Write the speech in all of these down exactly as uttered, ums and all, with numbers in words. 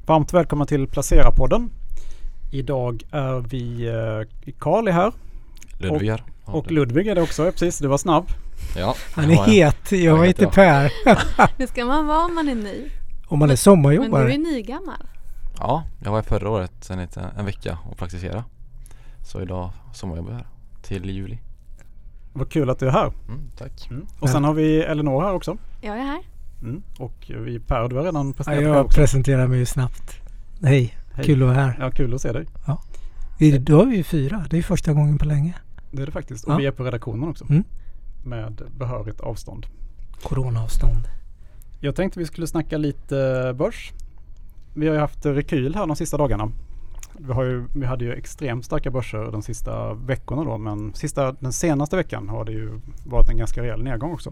Varmt välkomna till Placera-podden. Idag är vi eh, Karl är här. Ludvig här. Och, och Ludvig är det också, precis. Du var snabb. Ja, han är het. Jag, jag heter Per. Det ska man vara om man är ny. Om man är sommarjobbare. Men du är nygammal. Ja, jag var förra året sen en, en vecka och praktisera. Så idag sommarjobbar jag här till juli. Vad kul att du är här. Mm, tack. Mm. Och sen har vi Elinor här också. Jag är här. Mm. Och vi Per, du har redan presenterat ja, jag presenterar mig ju snabbt. Hej. Hej, kul att vara här. Ja, kul att se dig. Ja. Vi, då är vi fyra. Det är första gången på länge. Det är det faktiskt. Och ja. Vi är på redaktionen också. Mm. Med behörigt avstånd. Coronaavstånd. Jag tänkte vi skulle snacka lite börs. Vi har ju haft rekyl här de sista dagarna. Vi, har ju, vi hade ju extremt starka börser de sista veckorna då. Men sista, den senaste veckan har det ju varit en ganska rejäl nedgång också.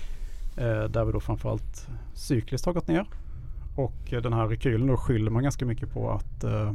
Eh, där vi då framförallt cykliskt har gått ner. Och eh, den här rekylen då skyller man ganska mycket på att eh,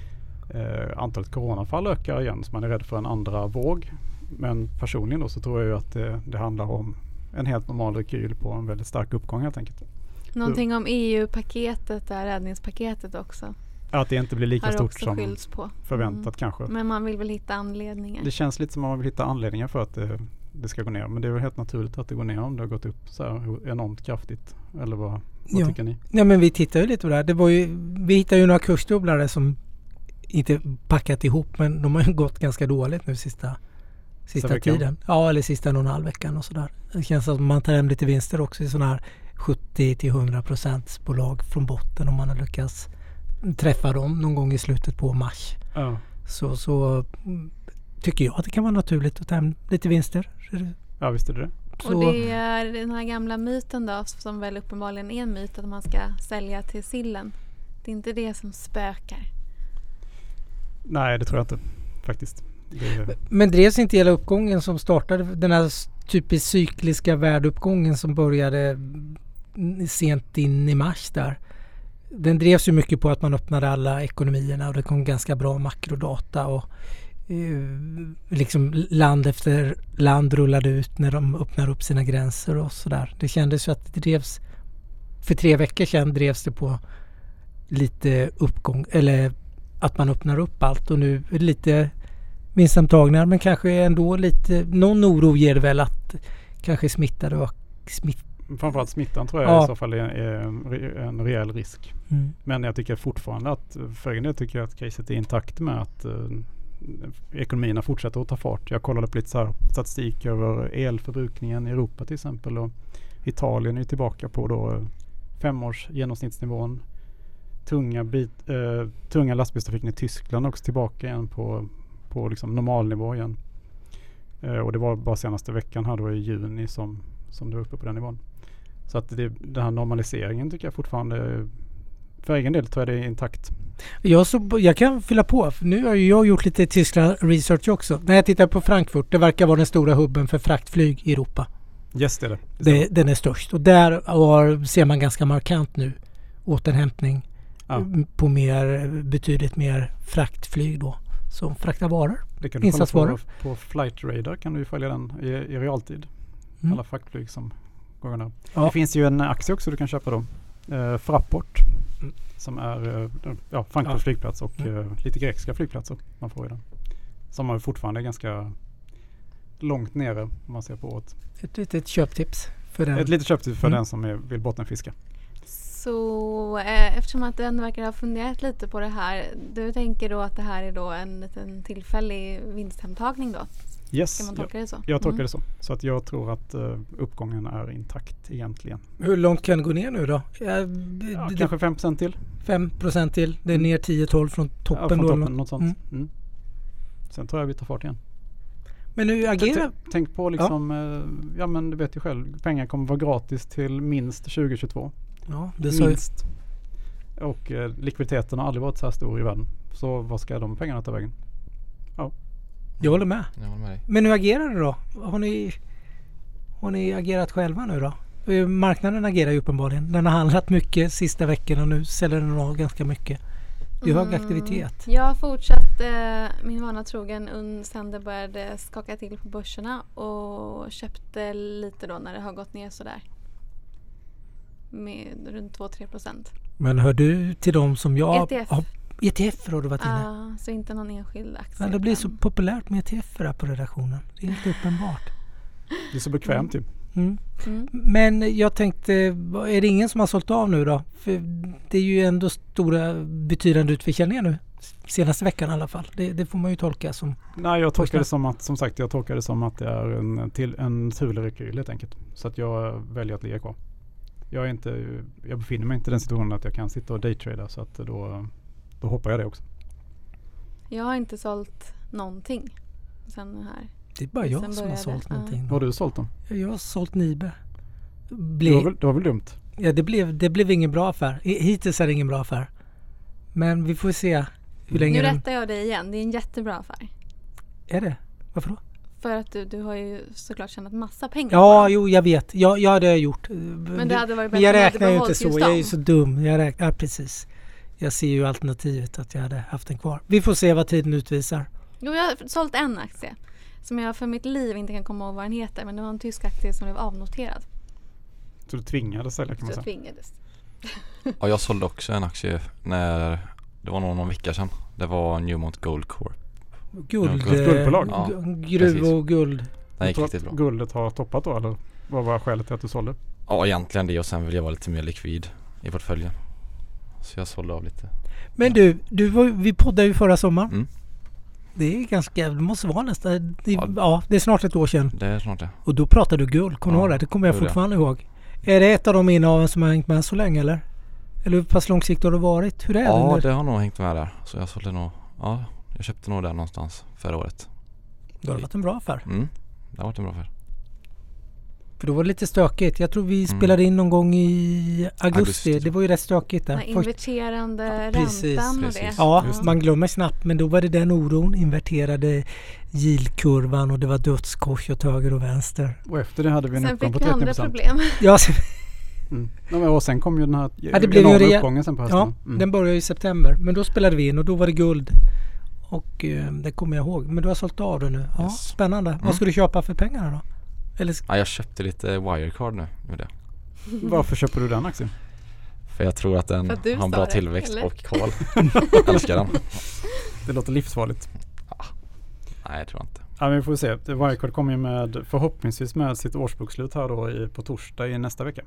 eh, antalet coronafall ökar igen. Så man är rädd för en andra våg. Men personligen då så tror jag ju att det, det handlar om en helt normal rekyl på en väldigt stark uppgång helt enkelt. Någonting om E U-paketet, där räddningspaketet också. Att det inte blir lika har stort som på. förväntat mm. kanske. Men man vill väl hitta anledningar. Det känns lite som att man vill hitta anledningar för att det, det ska gå ner. Men det är väl helt naturligt att det går ner om det har gått upp så här enormt kraftigt. Eller vad, vad ja. tycker ni? Ja, men vi tittar ju lite på det här. Det var ju, vi hittar ju några kursdubblare som inte packat ihop, men de har ju gått ganska dåligt nu sista, sista tiden. Ja, eller sista en och en halv veckan och sådär. Det känns som att man tar hem lite vinster också i sådana här sjuttio till hundra procents bolag från botten om man har lyckats träffa dem någon gång i slutet på mars. Ja. Så, så tycker jag att det kan vara naturligt att ta hem lite vinster. Ja, visst är det det. Så. Och det är den här gamla myten då, som väl uppenbarligen är en myt, att man ska sälja till sillen. Det är inte det som spökar. Nej, det tror jag inte faktiskt. Det... Men drevs inte hela uppgången som startade, den här typiskt cykliska värdeuppgången som började sent in i mars där. Den drevs ju mycket på att man öppnade alla ekonomierna och det kom ganska bra makrodata och eh, liksom land efter land rullade ut när de öppnar upp sina gränser och sådär. Det kändes ju att det drevs, för tre veckor sedan drevs det på lite uppgång, eller att man öppnar upp allt och nu är det lite vinstantagningar, men kanske ändå lite, någon oro ger det väl att kanske smittade och smitt. Framförallt smittan tror jag ja. i så fall är, är en rejäl risk. Mm. Men jag tycker fortfarande att, för egen del tycker jag att caset är intakt med att uh, ekonomierna fortsätter att ta fart. Jag kollade på lite så här statistik över elförbrukningen i Europa till exempel, och Italien är tillbaka på då femårs genomsnittsnivån. Tunga, bit, uh, tunga lastbilstrafiken i Tyskland också tillbaka igen på, på liksom normalnivå igen. Uh, och det var bara senaste veckan här då i juni som, som det var uppe på den nivån. Så att det, den här normaliseringen tycker jag fortfarande, för egen del tror jag det är intakt. Jag, så, jag kan fylla på, för nu har ju jag gjort lite Tyskland research också. När jag tittar på Frankfurt, det verkar vara den stora hubben för fraktflyg i Europa. Yes, det är det. det den är störst. Och där har, ser man ganska markant nu återhämtning ja. på mer, betydligt mer fraktflyg då. Som fraktar varor, det kan du insatsvaror. På, på Flight Radar kan du följa den i, i realtid. Mm. Alla fraktflyg som Ja. Det finns ju en aktie också du kan köpa då. Eh, Fraport mm. som är eh, ja, Frankfurt ja. flygplats och mm. eh, lite grekiska flygplatser man får i den. Som är fortfarande ganska långt nere om man ser på året. Ett litet köptips för den. Ett litet köptips för mm. den som är, vill bottenfiska. Så eh, eftersom att den verkar ha funderat lite på det här, du tänker då att det här är då en liten tillfällig vinsthemtagning då? Yes, kan man tolka jag, det så? jag tolkar mm. det så. Så att jag tror att uh, uppgången är intakt egentligen. Hur långt kan det gå ner nu då? Ja, ja, det, kanske fem procent till. fem procent till. Det är ner tio till tolv från toppen. Ja, från då. toppen, något sånt. Mm. Mm. Sen tror jag vi tar fart igen. Men nu agerar... T- tänk på liksom, ja. Uh, ja men du vet ju själv, pengar kommer vara gratis till minst tjugo tjugotvå. Ja, det minst. Så... Och uh, likviditeten har aldrig varit så här stor i världen. Så vad ska de pengarna ta vägen? Ja. Jag håller med. Jag håller med dig. Men hur agerar det då? Har ni, har ni agerat själva nu då? Marknaden agerar ju uppenbarligen. Den har handlat mycket sista veckan och nu säljer den av ganska mycket. Det är hög aktivitet. Jag har fortsatt eh, min vana trogen un, sen det började skaka till på börserna och köpte lite då när det har gått ner sådär. Med runt två till tre procent. Men hör du till dem som jag... E T F. Har, E T F har du varit inne? Ja, så inte någon enskild aktie. Men det blir så utan- populärt med E T F här på redaktionen. Det är helt uppenbart. Det är så bekvämt typ. Mm. Mm. Men jag tänkte, är det ingen som har sålt av nu då? För det är ju ändå stora betydande utförsäljningar nu. Senaste veckan i alla fall. Det, det får man ju tolka som... Nej, jag tolkar det som att, som sagt, jag tolkar det som att det är en, till, en naturlig rekyl helt enkelt. Så att jag väljer att ligga kvar. Jag är inte, jag befinner mig inte i den situationen att jag kan sitta och daytrada, så att då, då hoppar jag det också. Jag har inte sålt någonting sen den här. Det är bara jag Sen som har började, sålt ja. någonting. Har du sålt dem? Jag har sålt Nibe. Det Ble, var väl, det var väl dumt? ja, det blev, det blev ingen bra affär. I- Hittills är det ingen bra affär. Men vi får se hur länge Nu den... rättar jag dig igen. Det är en jättebra affär. Är det? Varför då? För att du, du har ju såklart tjänat massa pengar Ja, på dem. jo, jag vet. Ja, ja, det har jag gjort. Men det hade varit Men bättre jag om du räknar hade ju inte behållit så. just Jag är dem. ju så dum. Jag räknar, ja, precis. Jag ser ju alternativet att jag hade haft den kvar. Vi får se vad tiden utvisar. Jo, jag har sålt en aktie som jag för mitt liv inte kan komma ihåg vad den heter. Men det var en tysk aktie som blev avnoterad. Så du tvingades sälja kan Så man jag säga. tvingades. Ja, jag sålde också en aktie när det var någon, någon vecka sedan. Det var Newmont Gold Corp. Guld, Ja, eh, guldbolag. Ja, g- gruv precis. och guld. Den gick Jag riktigt tror bra. att guldet har toppat då, eller vad var skälet till att du sålde? Ja, egentligen det, och sen vill jag vara lite mer likvid i portföljen. Så jag sålde av lite. Men du, du var, vi poddade ju förra sommaren. Mm. Det är ganska, det måste vara nästan, det, Ja. ja, det är snart ett år sedan. Det är snart det. Och då pratade du guld, kommer du Ja, ihåg det? Det kommer jag det gjorde fortfarande ihåg. Är det ett av de innehaven som har hängt med så länge eller? Eller hur pass långsiktigt har det varit? Hur är Ja, det? nu? det har nog hängt med där. Så jag sålde nog, ja, jag köpte nog där någonstans förra året. Då har det varit en bra affär. Mm, det har varit en bra affär. För då var det lite stökigt. Jag tror vi Mm. spelade in någon gång i augusti. Augusti. Det var ju rätt stökigt där. Den här Först, inverterande Ja, precis, räntan och precis. det. ja, Just det. man glömmer snabbt. Men då var det den oron. Inverterade yieldkurvan och det var dödskors åt höger och vänster. Och efter det hade vi en Sen uppgång fick på vi trettio andra procent. problem. Ja, Mm. Ja, men och sen kom ju den här Ja, det blev ju enorma rejäl- uppgången sen på hösten. ja Mm. den började i september. Men då spelade vi in och då var det guld. Och eh, det kommer jag ihåg. Men du har sålt av det nu. Ja, Yes. spännande. Mm. Vad ska du köpa för pengarna då? Eller sk- Ja, jag köpte lite Wirecard nu. Gjorde jag. Varför köper du den aktien? För jag tror att den För att du har en sa bra det, tillväxt eller? och Karl älskar den. Det låter livsfarligt. Nej, jag tror inte. Ja, men vi får se. Wirecard kommer ju med, förhoppningsvis med sitt årsbokslut här då i, på torsdag i nästa vecka.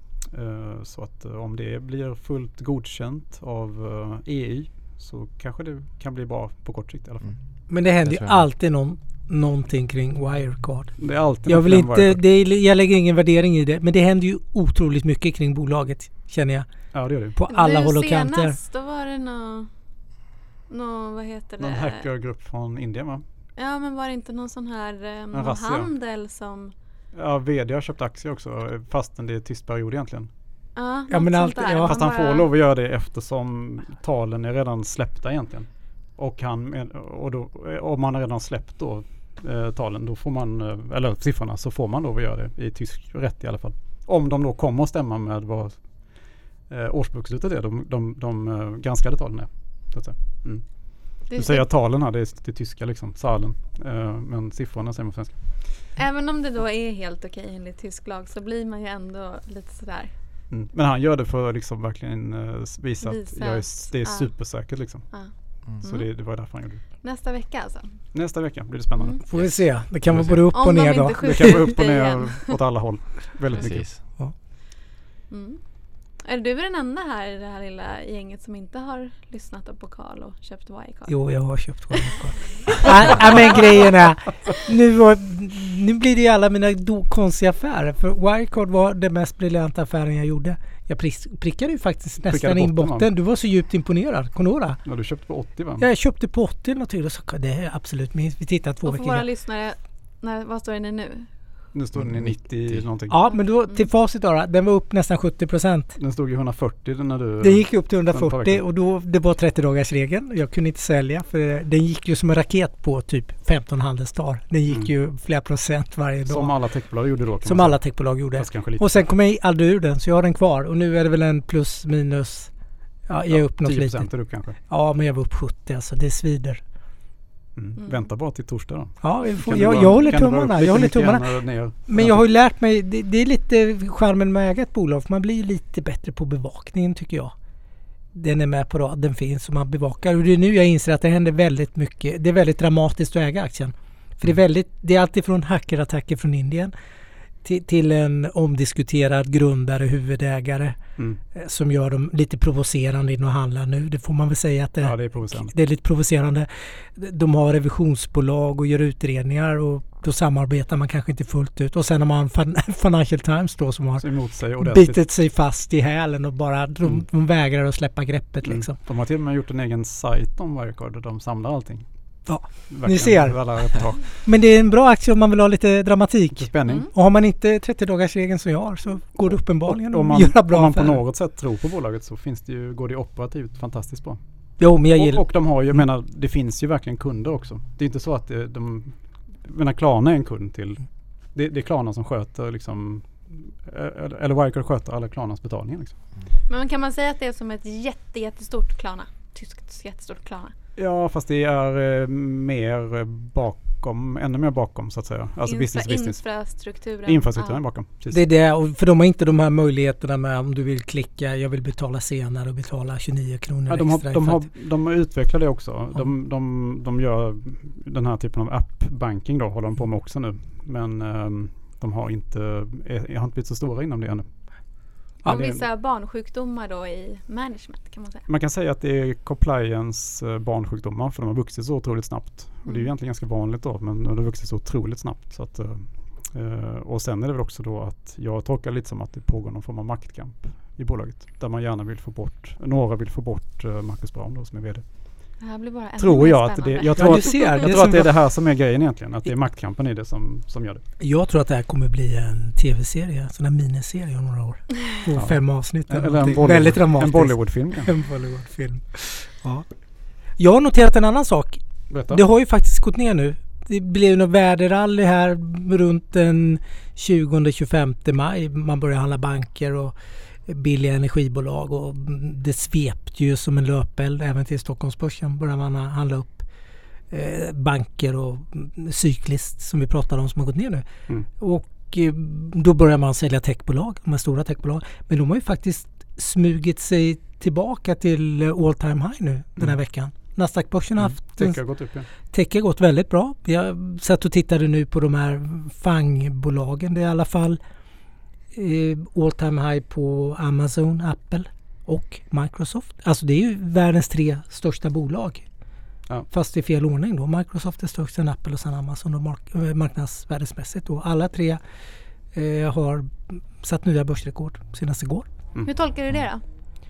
Uh, så att uh, om det blir fullt godkänt av uh, E U så kanske det kan bli bra på kort sikt i alla fall. Mm. Men det händer Det ju tror jag. alltid någon, någonting kring Wirecard. Det är alltid Jag något vill med inte, Wirecard. det är, jag lägger ingen värdering i det. Men det händer ju otroligt mycket kring bolaget, känner jag. Ja, det gör det. På alla Nu håll och kanter. senast, då var det nå nå, vad heter det? Någon hackergrupp från Indien, va? Ja, men var det inte någon sån här eh, någon razzia. handel som... Ja, vd har köpt aktier också fastän det är tyst period egentligen. Ja, Ja, något men sånt allt- där. ja. Man Fast han bara- får lov att göra det eftersom talen är redan släppta egentligen. Och, han, och då, om man har redan släppt då, eh, talen, då får man, eh, eller siffrorna, så får man lov att göra det i tysk rätt i alla fall. Om de då kommer att stämma med vad eh, årsbokslutet är, de, de, de eh, granskade talen är. Så att säga. Mm. Det är Du säger att talen här, det är det tyska liksom, salen. Eh, men siffrorna säger man på svenska. Även om det då är helt okej enligt tysk lag så blir man ju ändå lite sådär. Mm. Men han gör det för att liksom verkligen uh, visa att Visa jag är, att- det är ja. supersäkert liksom. Ja. Mm. Så det, det var därför han gjorde det. Nästa vecka alltså. Nästa vecka blir det spännande. Mm. Får vi se. Det kan Får vara vi både se. upp och Om de ner inte då. Det skjuter kan vara upp upp och dig ner igen. åt alla håll. Väldigt mycket. Precis. Mm. Är du den enda här i det här lilla gänget som inte har lyssnat på Karl och köpt Wirecard? Jo, jag har köpt Wirecard. Nej, nej, men grejen är, nu, var, nu blir det ju alla mina do, konstiga affärer. För Wirecard var den mest briljanta affären jag gjorde. Jag pris, prickade ju faktiskt nästan in botten, botten. va? Du var så djupt imponerad. Konora. Ja, du köpte på åttio, va? Jag köpte på åttio eller något. Och så, det är absolut minst. Vi tittar två Och för veckor. våra innan. lyssnare, när, vad står det nu? Nu står den i nittio någonting. Ja, men då till facit då, den var upp nästan sjuttio procent. Den stod i hundrafyrtio när du... Det gick upp till Sen tar hundrafyrtio vi- och då, det var trettio dagars regeln. Jag kunde inte sälja för den gick ju som en raket på typ femton handelsdagar. Den gick Mm. ju flera procent varje dag. Som alla techbolag gjorde då. kan Som man alla säga. techbolag gjorde. Fast kanske lite. Och sen kom jag aldrig ur den så jag har den kvar. Och nu är det väl en plus minus. Ja, jag är upp något tio litet. procent är du upp kanske. Ja, men jag var upp sjuttio alltså. Det svider. Mm. Mm. Vänta bara till torsdag då. Ja, vi får, Kan det jag, vara- jag håller kan det vara tummarna. lite Jag håller mycket tummarna. gärna ner? Men jag har ju lärt mig, det, det är lite charmen med att äga ett bolag. För man blir ju lite bättre på bevakningen tycker jag. den är med på rad, den finns och man bevakar. Och det är nu jag inser att det händer väldigt mycket. Det är väldigt dramatiskt att äga aktien. För det är väldigt, det är alltid från hackerattacker från Indien till, till en omdiskuterad grundare, huvudägare mm. som gör dem lite provocerande in och handla nu. Det får man väl säga att det, ja, det, är, provocerande. det är lite provocerande. De har revisionsbolag och gör utredningar och då samarbetar man kanske inte fullt ut. Och sen har man Financial Times då som har emot sig bitit sig fast i hälen och bara de, mm. de vägrar att släppa greppet. Mm. Liksom. De har till och med gjort en egen sajt om Wirecard och de samlar allting. Ja, ni ser. Men det är en bra aktie om man vill ha lite dramatik. Lite spänning. Mm. Och har man inte trettio-dagarsregeln som jag har så går det uppenbarligen att göra bra. Om man affärer. På något sätt tror på bolaget så finns det ju, går det operativt fantastiskt bra. Jo, men jag gillar. Och, och de har ju, jag menar, det finns ju verkligen kunder också. Det är inte så att det, de, jag menar, Klarna är en kund till, det, det är Klarna som sköter liksom, eller, eller Wirecard sköter alla Klarnas betalningar liksom. Men kan man säga att det är som ett jätte, jättestort Klarna? Tyskt jättestort Klarna? Ja, fast det är eh, mer bakom, ännu mer bakom så att säga. Alltså Infra- business, business. Infrastrukturen. Infrastrukturen ja. bakom. Precis. Det är det, och för de har inte de här möjligheterna med om du vill klicka, jag vill betala senare och betala tjugonio kronor ja, de extra. Har, de, har, de utvecklar det också. Ja. De, de, de gör den här typen av app-banking då, håller de på med också nu. Men um, de har inte, jag har inte blivit så stora inom det ännu. Ja, vissa barnsjukdomar då i management kan man säga. Man kan säga att det är compliance barnsjukdomar för de har vuxit så otroligt snabbt. Mm. Och det är ju egentligen ganska vanligt då, men de har vuxit så otroligt snabbt. Så att, uh, och sen är det väl också då att jag tolkar lite som att det pågår någon form av maktkamp i bolaget. Där man gärna vill få bort, några vill få bort uh, Marcus Braun då som är vd. Det här blir bara ännu tror jag att det, jag tror, ja, att, ser, jag det tror att det är det här som är grejen egentligen. Att det är maktkampen i det som, som gör det. Jag tror att det här kommer bli en tv-serie, sån här miniserie om några år. På ja. fem avsnitt. Eller en, Bollywood, väldigt dramatiskt. En Bollywoodfilm. En Bollywoodfilm. Ja. Jag har noterat en annan sak. Berätta. Det har ju faktiskt gått ner nu. Det blev något värderally här runt den tjugonde till tjugofemte maj. Man börjar handla banker och billiga energibolag och det svepte ju som en löpeld även till Stockholmsbörsen börjar man handla upp eh, banker och cykliskt som vi pratade om som har gått ner nu. Mm. Och eh, då börjar man sälja techbolag, de här stora techbolag. Men de har ju faktiskt smugit sig tillbaka till all time high nu mm. den här veckan. Nasdaq-börsen har haft mm. Tech har gått upp, ja. Tech har gått väldigt bra. Jag satt och tittade nu på de här F A N G-bolagen. Det är i alla fall all time high på Amazon, Apple och Microsoft. Alltså det är ju världens tre största bolag. Ja. Fast i fel ordning då. Microsoft är störst än Apple och sen Amazon och mark- marknadsvärdesmässigt då. Alla tre eh, har satt nya börsrekord senast igår. Mm. Hur tolkar du det då?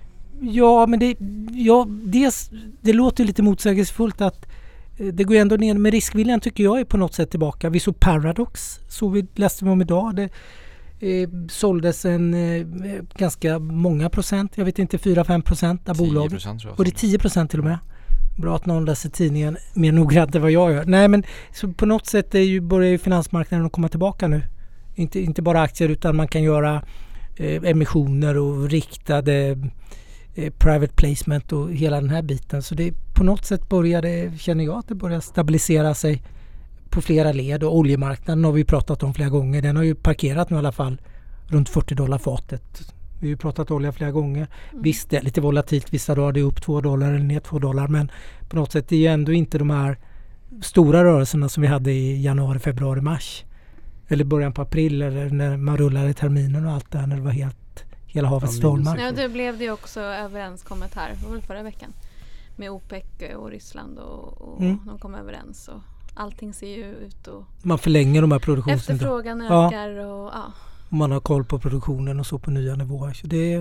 Ja, men det, ja, det, det låter lite motsägelsefullt att eh, det går ändå ner. Men riskviljan tycker jag är på något sätt tillbaka. Vi såg Paradox, så vi läste vi om idag. Det Eh, såldes en eh, ganska många procent, jag vet inte, fyra till fem procent av bolaget. tio procent tror jag. Och det är tio procent till och med. Bra att någon läser tidningen mer noggrant än vad jag gör. Nej, men så på något sätt är ju, börjar ju finansmarknaden att komma tillbaka nu. Inte, inte bara aktier utan man kan göra eh, emissioner och riktade eh, private placement och hela den här biten. Så det på något sätt börjar det, känner jag att det börjar stabilisera sig på flera led och oljemarknaden har vi pratat om flera gånger. Den har ju parkerat nu i alla fall runt fyrtio dollar fatet. Vi har ju pratat olja flera gånger. Mm. Visst, det är lite volatilt. Vissa dagar är det upp två dollar eller ner två dollar. Men på något sätt är det ju ändå inte de här stora rörelserna som vi hade i januari, februari, mars. Eller början på april eller när man rullade terminen och allt det här när det var helt, hela havet ja, stormar. Ja, det blev det ju också överenskommet här förra veckan med OPEC och Ryssland och, och mm. de kom överens och allting ser ju ut och man förlänger de här produktionen. Efterfrågan ökar ja. och ja. Man har koll på produktionen och så på nya nivåer. Så det är,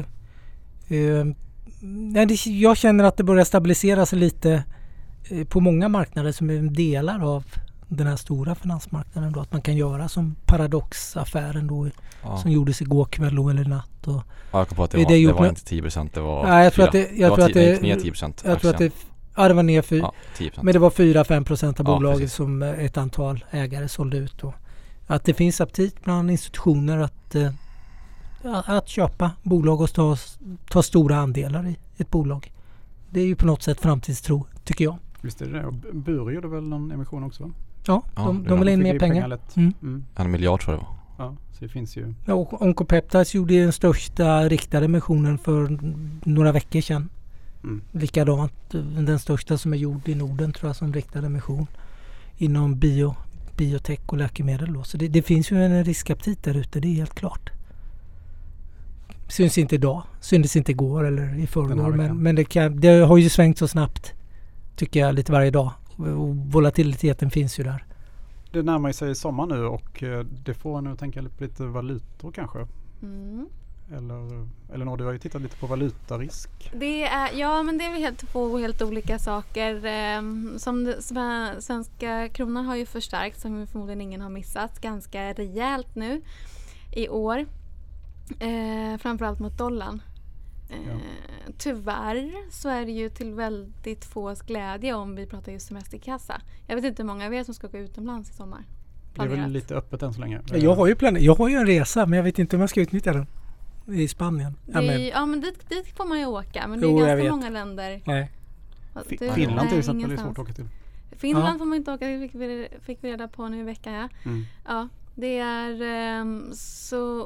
eh, det, jag känner att det börjar stabilisera sig lite eh, på många marknader som är delar av den här stora finansmarknaden. Då, att man kan göra som Paradox-affären då, ja. som gjordes igår kväll då, eller natt. Och, ja, jag kom på att det, det, var, det var inte tio procent, det var ja, jag tror att det, jag det tror att det, ner tio procent. Jag tror att det Ja, det var ner för, ja, men det var fyra till fem procent av bolaget ja, som ett antal ägare sålde ut. Då. Att det finns aptit bland institutioner att, äh, att köpa bolag och ta, ta stora andelar i ett bolag. Det är ju på något sätt framtidstro, tycker jag. Visst är det det. Och Bure gjorde väl någon emission också? Va? Ja, ja de, de vill in mer pengar. pengar mm. Mm. En miljard tror jag det var. Ja, så det finns ju. Ja, och Oncopeptides gjorde den största riktade emissionen för några veckor sedan. Mm. Likadant, den största som är gjord i Norden tror jag som riktad emission inom bio, biotech och läkemedel. Då. Så det, det finns ju en riskaptit där ute, det är helt klart. Syns inte idag, syntes inte igår eller i förrgår, men, men det, kan, det har ju svängt så snabbt tycker jag lite varje dag. Och volatiliteten finns ju där. Det närmar sig sommar nu och det får en att tänka på lite valutor kanske. Mm. Eller, eller någon, du har ju tittat lite på valutarisk. Det är, ja, men det är väl helt, två helt olika saker. Som det, svenska kronan har ju förstärkt, som förmodligen ingen har missat, ganska rejält nu i år. Eh, framförallt mot dollarn. Eh, ja. Tyvärr så är det ju till väldigt få glädje om vi pratar just semesterkassa. Jag vet inte hur många av er som ska gå utomlands i sommar. Planerat. Det är väl lite öppet än så länge. Jag har ju, plan- jag har ju en resa, men jag vet inte om jag ska utnyttja den. I Spanien. Det är, ja, men dit, dit får man ju åka. Men det är jo, ganska många länder. Nej. Det, Finland till exempel är svårt att åka till. Finland ja. får man inte åka. Det fick vi, fick vi reda på nu i veckan. Ja, mm. ja det är um, så...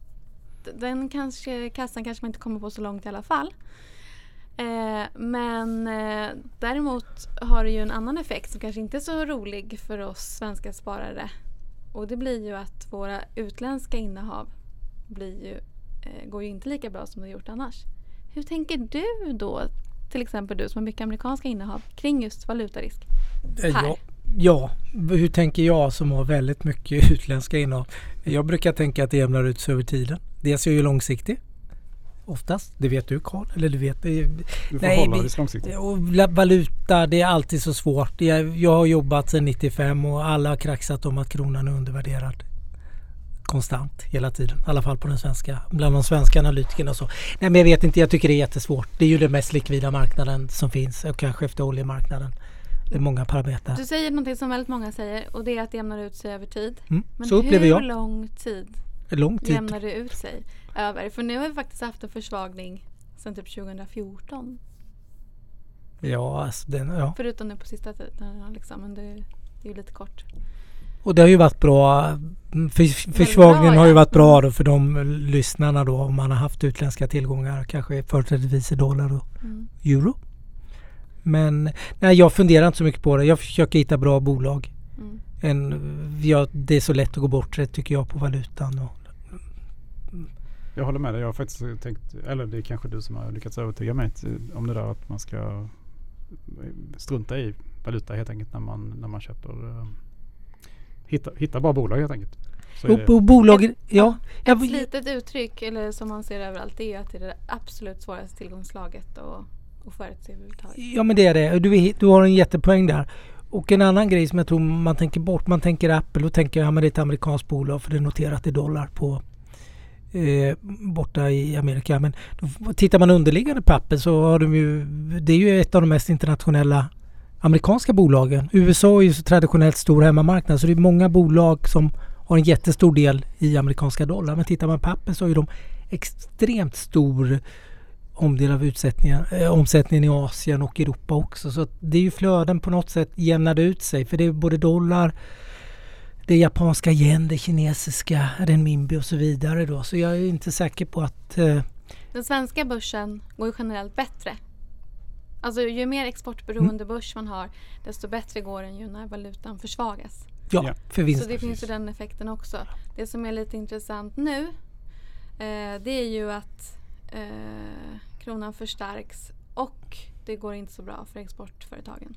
Den kanske, kassan kanske man inte kommer på så långt i alla fall. Eh, men eh, däremot har det ju en annan effekt som kanske inte är så rolig för oss svenska sparare. Och det blir ju att våra utländska innehav blir ju, eh, går ju inte lika bra som det har gjort annars. Hur tänker du då, till exempel du som har mycket amerikanska innehav, kring just valutarisk? Här. Ja, ja, hur tänker jag som har väldigt mycket utländska innehav? Jag brukar tänka att det jämnar ut sig över tiden. Dels är ju långsiktig. Oftast. Det vet du, Carl. Eller du vet. Du får nej, hålla det långsiktigt. Och valuta, det är alltid så svårt. Jag, jag har jobbat sedan nittiofem och alla har kraxat om att kronan är undervärderad. Konstant, hela tiden. I alla fall på den svenska, bland de svenska analytikerna och så. Nej, men jag vet inte, jag tycker det är jättesvårt. Det är ju den mest likvida marknaden som finns. Och kanske efter oljemarknaden. Det är många parametrar. Du säger någonting som väldigt många säger. Och det är att det jämnar ut sig över tid. Mm, men så upplever hur jag. lång tid? Lång tid. Jämnar det ut sig över? För nu har vi faktiskt haft en försvagning sedan typ tjugo fjorton. Ja, alltså den, ja. Förutom nu på sista tiden liksom, men det, det är ju lite kort. Och det har ju varit bra. För, försvagningen bra, har ju varit bra då för de lyssnarna då, om man har haft utländska tillgångar, kanske företrädesvis i dollar och mm. euro. Men nej, jag funderar inte så mycket på det. Jag försöker hitta bra bolag. Mm. En, ja, det är så lätt att gå bort det tycker jag på valutan. Och, jag håller med dig. Jag har faktiskt tänkt, eller det är kanske du som har lyckats övertyga mig om det där att man ska strunta i valuta helt enkelt när man, när man köper. Uh, hitta, hitta bara bolag helt enkelt. Så och, och bolag, ett, ja. Ett jag, litet uttryck eller som man ser överallt är ju att det är det absolut svåraste tillgångslaget och, och förutse överhuvudtaget. Ja, men det är det. Du, du har en jättepoäng där. Och en annan grej som jag tror man tänker bort, man tänker Apple och tänker ja men det är ett amerikanskt bolag för det är noterat i dollar på eh, borta i Amerika. Men då, tittar man underliggande på Apple så har de ju, det är ju ett av de mest internationella amerikanska bolagen. U S A är ju så traditionellt stor hemmamarknad så det är många bolag som har en jättestor del i amerikanska dollar. Men tittar man på Apple så är de extremt stor omdel av äh, omsättningen i Asien och Europa också. Så det är ju flöden på något sätt jämnade ut sig. För det är både dollar, det är japanska yen, det kinesiska, renminbi och så vidare då. Så jag är inte säker på att... Uh, Den svenska börsen går ju generellt bättre. Alltså ju mer exportberoende mm. börs man har, desto bättre går den ju när valutan försvagas. Ja, för vinst. Så det finns ju den effekten också. Det som är lite intressant nu, eh, det är ju att Eh, kronan förstärks och det går inte så bra för exportföretagen.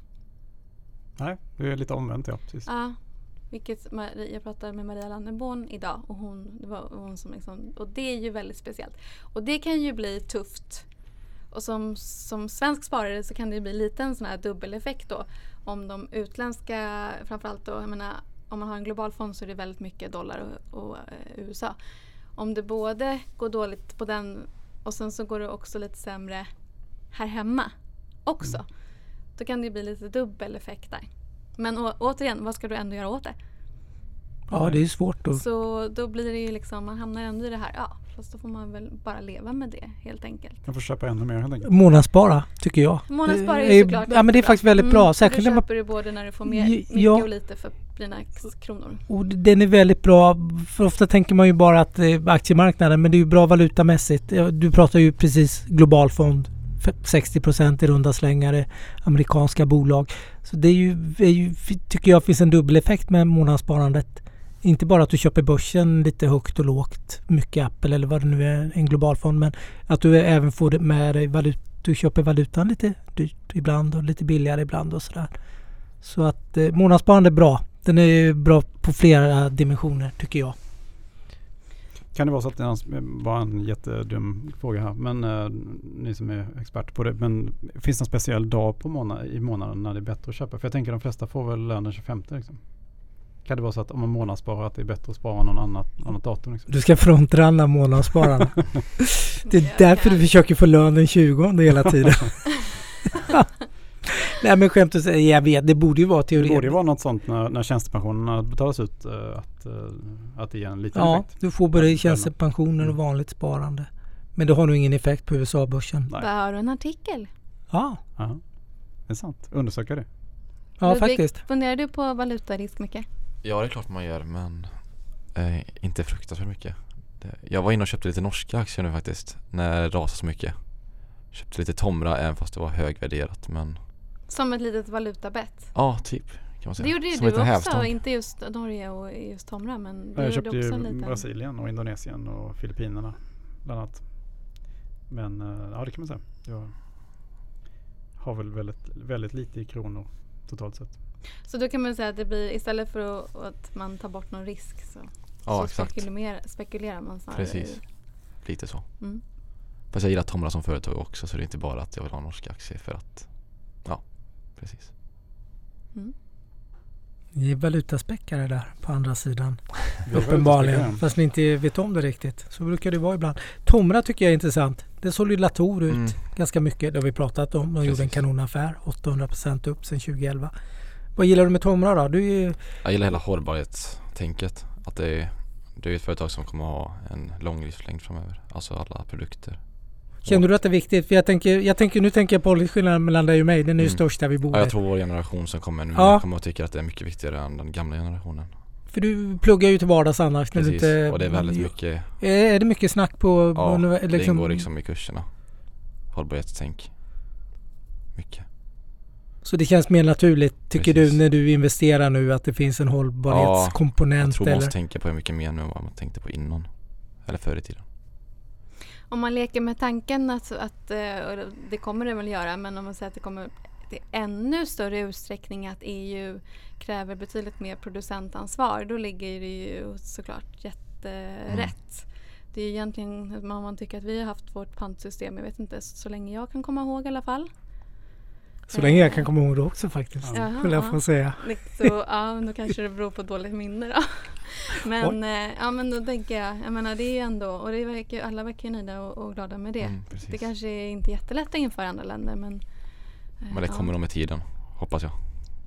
Nej, det är lite omvänt ja. Precis. Ja, vilket jag pratade med Maria Landenborn idag och hon, det var hon som liksom, och det är ju väldigt speciellt. Och det kan ju bli tufft. Och som, som svensk sparare så kan det bli lite en sån här dubbeleffekt då. Om de utländska, framförallt då, jag menar, om man har en global fond så är det väldigt mycket dollar och, och eh, U S A. Om det både går dåligt på den och sen så går det också lite sämre här hemma också. Mm. Då kan det bli lite dubbel effekt där. Men å- återigen, vad ska du ändå göra åt det? Ja, det är svårt då. Så då blir det ju liksom, man hamnar ändå i det här. Ja, fast då får man väl bara leva med det helt enkelt. Man får köpa ännu mer helt enkelt. Månadsspara tycker jag. Månadsspara är ju såklart. Ja, men det är faktiskt väldigt bra. Mm, Särskilt du köper du både när du får mer, mycket ja. och lite för dina kronor. Och den är väldigt bra. För ofta tänker man ju bara att eh, aktiemarknaden, men det är ju bra valutamässigt. Du pratar ju precis global fond sextio procent i runda slängare, amerikanska bolag. Så det är ju, är ju, tycker jag finns en dubbeleffekt med månadssparandet. Inte bara att du köper börsen lite högt och lågt, mycket Apple eller vad det nu är, en global fond, men att du även får med dig valut, du köper valutan lite dyrt ibland och lite billigare ibland och sådär. Så att eh, månadssparande är bra. Den är bra på flera dimensioner tycker jag. Kan det vara så att det var en jättedum fråga här, men eh, ni som är experter på det, men finns det en speciell dag på månad, i månaden när det är bättre att köpa? För jag tänker de flesta får väl lön den tjugofemte liksom. Kan det vara så att om man månadssparar att det är bättre att spara någon annat, annat datum? Liksom? Du ska frontranna månadsspararna. Det är därför du försöker få lön den tjugonde hela tiden. Nej men skämt att säga, jag vet, det borde ju vara teori. Det borde ju vara något sånt när, när tjänstepensionerna betalas ut uh, att, uh, att det ger en liten ja, effekt. Ja, du får både tjänstepensioner och vanligt sparande. Men det har nog ingen effekt på U S A-börsen. Där har du en artikel. Ja. Aha. Det är sant. Undersöka det. Ja, Ludvig, faktiskt. Funderar du på valutarisk mycket? Ja, det är klart man gör, men eh, inte fruktansvärt mycket. Det, jag var inne och köpte lite norska aktier nu faktiskt, när det rasade så mycket. Köpte lite Tomra även fast det var högvärderat, men... Som ett litet valutabett? Ja, typ. Kan man säga. Det gjorde ju som du också, hävstång. Inte just Norge och just Tomra, men du jag gjorde köpte också ju en liten... Brasilien och Indonesien och Filippinerna bland annat. Men ja, det kan man säga. Jag har väl väldigt, väldigt lite i kronor totalt sett. Så då kan man säga att det blir, istället för att, att man tar bort någon risk så, ja, så spekulerar, spekulerar man snarare. Precis, i... lite så. Mm. Fast jag gillar Tomra som företag också, så det är inte bara att jag vill ha norska aktier för att, ja, precis. Mm. Ni är valutaspäckare där på andra sidan. Uppenbarligen, fast ni inte vet om det riktigt. Så brukar det vara ibland. Tomra tycker jag är intressant. Det såg ju Latour ut mm. ganska mycket. Det har vi pratat om. De Precis. gjorde en kanonaffär. åttahundra procent upp sedan tjugoelva. Vad gillar du med Tomra då? Du är... Jag gillar hela hållbarhetstänket. Att det är, det är ett företag som kommer ha en lång livslängd framöver. Alltså alla produkter. Känner du att det är viktigt? För jag tänker, jag tänker, nu tänker jag på skillnaden mellan dig och mig. Den är ju mm. störst där vi bor. Ja, jag tror vår generation som kommer nu ja. kommer att tycka att det är mycket viktigare än den gamla generationen. För du pluggar ju till vardags annars. Precis, när du inte, och det är väldigt mycket... Är det mycket snack på... Ja, på, liksom, det ingår liksom liksom i kurserna. Hållbarhetstänk. Mycket. Så det känns mer naturligt, tycker Precis. du, när du investerar nu, att det finns en hållbarhetskomponent? Ja, jag tror man eller? måste tänka på mycket mer nu än vad man tänkte på innan. Eller förr i tiden. Om man leker med tanken att, att och det kommer det väl göra, men om man säger att det kommer till ännu större utsträckning att E U kräver betydligt mer producentansvar, då ligger det ju såklart jätterätt. Mm. Det är ju egentligen, man, man tycker att vi har haft vårt pantsystem, jag vet inte, så länge jag kan komma ihåg i alla fall. Så länge jag kan komma ihåg det också faktiskt, ja, skulle jag få säga. Så, ja, då kanske det beror på dåligt minne då. Men, eh, ja, men då tänker jag, jag menar det är ju ändå, och det verkar, alla verkar ju nöjda och, och glada med det. Mm, det kanske är inte jättelätt att införa andra länder, men... Eh, men det kommer ja. nog med tiden, hoppas jag.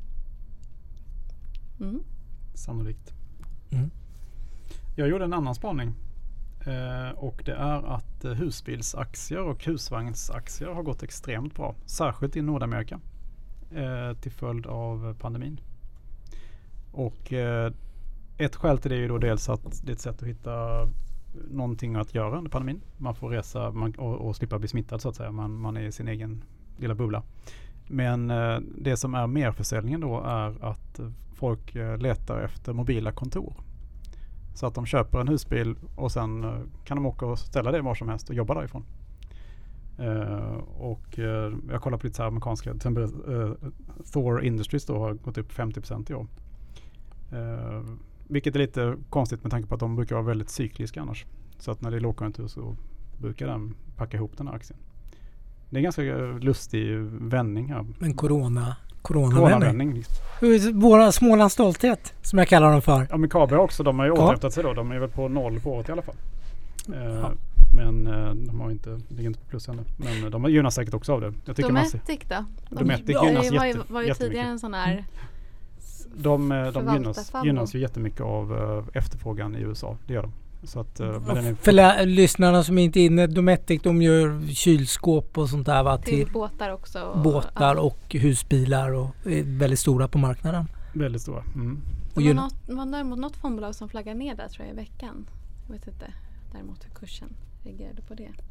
Mm. Sannolikt. Mm. Jag gjorde en annan spaning. Eh, och det är att eh, husbilsaktier och husvagnsaktier har gått extremt bra. Särskilt i Nordamerika. Eh, till följd av pandemin. Och eh, ett skäl till det är ju då dels att det är ett sätt att hitta någonting att göra under pandemin. Man får resa man, och, och slippa bli smittad så att säga. Man, man är i sin egen lilla bubbla. Men eh, det som är merförsäljningen då är att folk eh, letar efter mobila kontor. Så att de köper en husbil och sen uh, kan de åka och ställa det var som helst och jobba därifrån. Uh, och uh, jag kollar på lite så här amerikanska, till exempel uh, Thor Industries då har gått upp femtio procent i år. Uh, vilket är lite konstigt med tanke på att de brukar vara väldigt cykliska annars. Så att när det är lågkonjunktur så brukar den packa ihop den här aktien. Det är en ganska lustig vändning här. Men corona... Coronavändning. Liksom. Våra Smålands stolthet, som jag kallar dem för. Ja, men K B också, de har ju ja. återhämtat sig då. De är väl på noll på året i alla fall. Eh, ja. Men eh, de har inte, ligger inte på plus ännu. Men de gynnas säkert också av det. Jag tycker Dometic man då? Dometic ja, gynnas var, jätte, var ju jättemycket. Tidigare en sån här de de gynnas, gynnas ju jättemycket av uh, efterfrågan i U S A. Det gör de. Så att, uh, men den är för lä- lyssnarna som inte är inne, Dometic, de gör kylskåp och sånt där, va? Till, till båtar också. Och, båtar och husbilar och är väldigt stora på marknaden. Väldigt stora. Mm. Och det var, något, var däremot något fondbolag som flaggar ner där tror jag i veckan. Jag vet inte däremot hur kursen reagerade på det.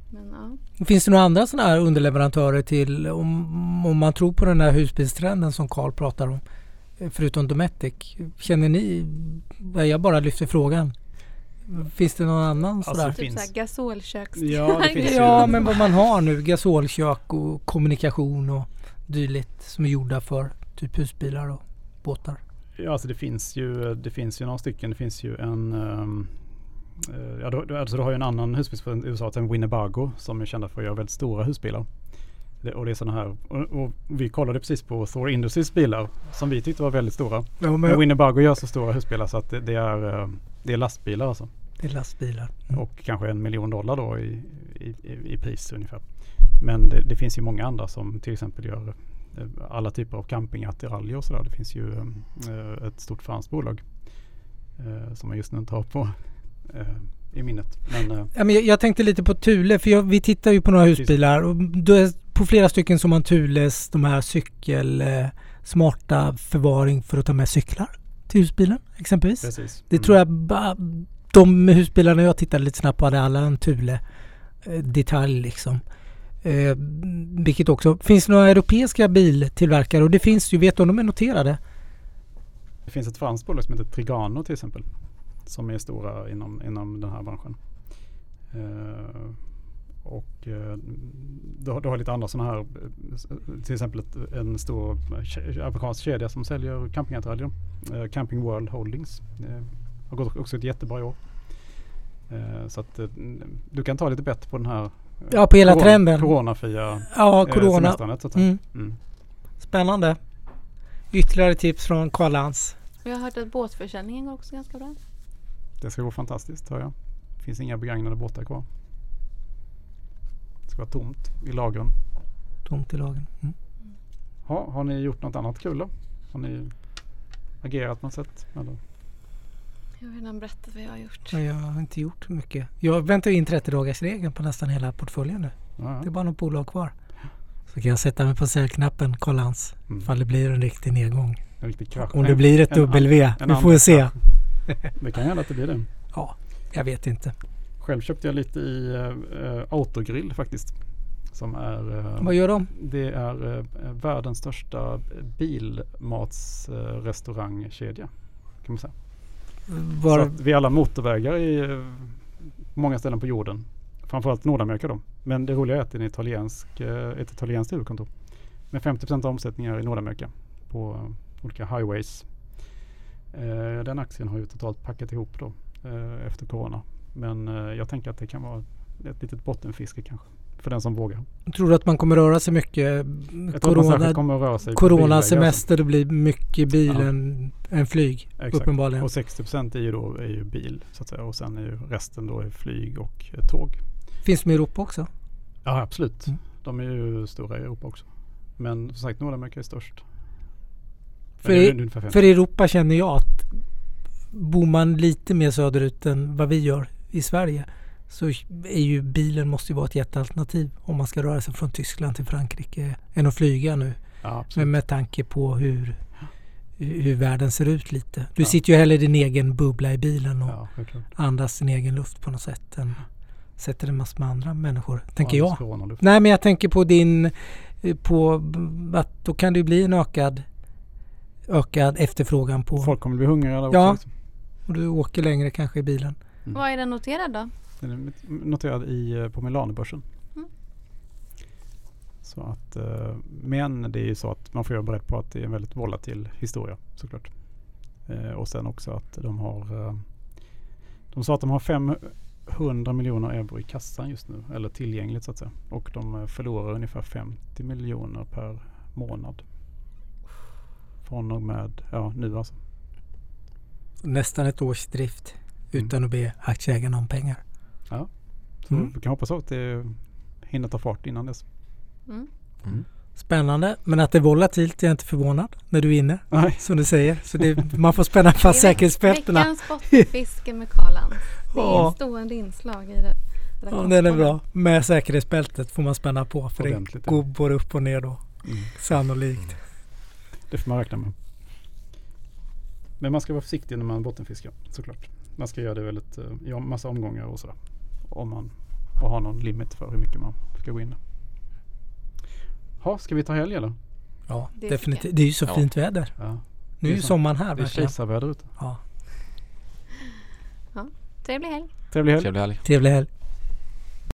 Men, ja. Finns det några andra sådana här underleverantörer till, om, om man tror på den här husbilstrenden som Carl pratar om, förutom Dometic? Känner ni, jag bara lyfter frågan, finns det någon annan sådär? Alltså, Typ såhär gasolköks. Ja, det finns ja ju. men vad man har nu, gasolkök och kommunikation och dylikt som är gjorda för typ husbilar och båtar. Ja, alltså det finns ju, det finns ju några stycken. Det finns ju en, um, uh, ja, du, alltså du har ju en annan husbil från U S A, en Winnebago, som är kända för att göra väldigt stora husbilar. Det, och det är sådana här, och, och vi kollade precis på Thor Industries bilar som vi tyckte var väldigt stora. Ja, men men Winnebago gör så stora husbilar så att det, det är, uh, det är lastbilar alltså. Det är lastbilar. Mm. Och kanske en miljon dollar då i, i, i pris ungefär. Men det, det finns ju många andra som till exempel gör alla typer av campingattiraljer och sådär. Det finns ju uh, ett stort franskt bolag uh, som jag just nu inte har på uh, i minnet. Men, uh, ja, men jag, jag tänkte lite på Thule, för jag, vi tittar ju på några husbilar och då är, på flera stycken som man Thules, de här cykel uh, smarta förvaring för att ta med cyklar till husbilen exempelvis. Precis. Det Mm. tror jag ba, de husbilarna jag tittade lite snabbt på hade alla en Thule uh, detalj liksom. Eh, vilket också, finns det några europeiska biltillverkare, och det finns ju, vet du om de är noterade? Det finns ett franskt bolag som heter Trigano till exempel, som är stora inom, inom den här branschen. Eh, och eh, du, har, du har lite andra sådana här, till exempel ett, en stor amerikansk kedja som säljer campingattiraljer, eh, Camping World Holdings. Eh, har gått också ett jättebra år. Eh, så att eh, du kan ta lite bättre på den här. Ja, på hela corona, trenden. Coronafria ja, eh, corona. semestrandet. Så att säga. Mm. Mm. Spännande. Ytterligare tips från Carl Lantz. Jag har hört att båtförsäljningen går också ganska bra. Det ska gå fantastiskt, hör jag. Det finns inga begagnade båtar kvar. Det ska vara tomt i lagren. Tomt i lagen. Mm. Ha, har ni gjort något annat kul då? Har ni agerat på något sätt? Eller? Jag har redan berättat vad jag har gjort. Ja, jag har inte gjort mycket. Jag väntar in trettio dagars regeln på nästan hela portföljen nu. Ja, ja. Det är bara något bolag kvar. Så kan jag sätta mig på säljknappen, Carl Lantz, Mm. ifall det blir en riktig nedgång. En riktig krasch. Om det blir ett En- W, en vi annan får se. krasch. Det kan hända att det blir det. Ja, jag vet inte. Själv köpte jag lite i uh, Autogrill faktiskt. Som är, uh, Vad gör de? det är uh, världens största bilmatsrestaurangkedja. Uh, kan man säga. Var, Så att vi alla motorvägar i uh, många ställen på jorden. Framförallt Nordamerika då. Men det roliga är att det är en italiensk, uh, ett italienskt huvudkontor. Med femtio procent av omsättningar i Nordamerika på uh, olika highways. Uh, den aktien har ju totalt packat ihop då uh, efter corona. Men uh, jag tänker att det kan vara ett litet bottenfiske kanske. För den som vågar. tror du att man kommer röra sig mycket? Jag tror att man säkert kommer att röra sig på Corona bilvägar. semester, det blir mycket bil ja. än, än flyg. Exakt. Uppenbarligen. Och sextio procent är ju då är ju bil så att säga. Och sen är ju resten då är flyg och eh, tåg. Finns de i Europa också? Ja, absolut. Mm. De är ju stora i Europa också. Men som sagt, Nordamerika är störst. För, i, för Europa känner jag att bor man lite mer söderut än vad vi gör i Sverige, så är ju bilen måste ju vara ett jättealternativ om man ska röra sig från Tyskland till Frankrike än att flyga nu. Ja, men med tanke på hur, hur världen ser ut lite. Du ja. sitter ju hellre i din egen bubbla i bilen och ja, andas sin egen luft på något sätt än sätter en massa med andra människor, tänker jag. Coronaluft. Nej, men jag tänker på din på att då kan det ju bli en ökad ökad efterfrågan på... Folk kommer bli hungriga där ja, också. Och du åker längre kanske i bilen. Mm. Vad är den noterad då? Den är noterad i, på Milanobörsen. Mm. Så att, men det är ju så att man får vara beredd på att det är en väldigt volatil historia såklart. Och sen också att de har de sa att de har femhundra miljoner euro i kassan just nu, eller tillgängligt så att säga. Och de förlorar ungefär femtio miljoner per månad. Från och med, ja nu alltså. Nästan ett års drift utan mm. att be aktieägarna om pengar. Ja, så mm. vi kan hoppas att det hinner ta fart innan dess. Mm. Mm. Spännande, men att det är volatilt är jag inte förvånad när du är inne, Nej. som du säger. Så det, man får spänna fast säkerhetsbältena. Veckans bottenfiske med Carl Lantz. Det är ett stående inslag i det. det ja, den är bra. Med säkerhetsbältet får man spänna på, för det går ja. både upp och ner då. Mm. Sannolikt. Det får man räkna med. Men man ska vara försiktig när man bottenfiskar, såklart. Man ska göra det väldigt, ja, massa omgångar och sådär. Om man och ha någon limit för hur mycket man ska gå in. Ha, ska vi ta helg eller? Ja, det definitivt. Det är ju så ja. fint väder. Ja. Nu är ju sommaren här. Det är kejsarväder ute. Ja. Ja, trevlig helg. Trevlig helg. Trevlig helg. Trevlig helg.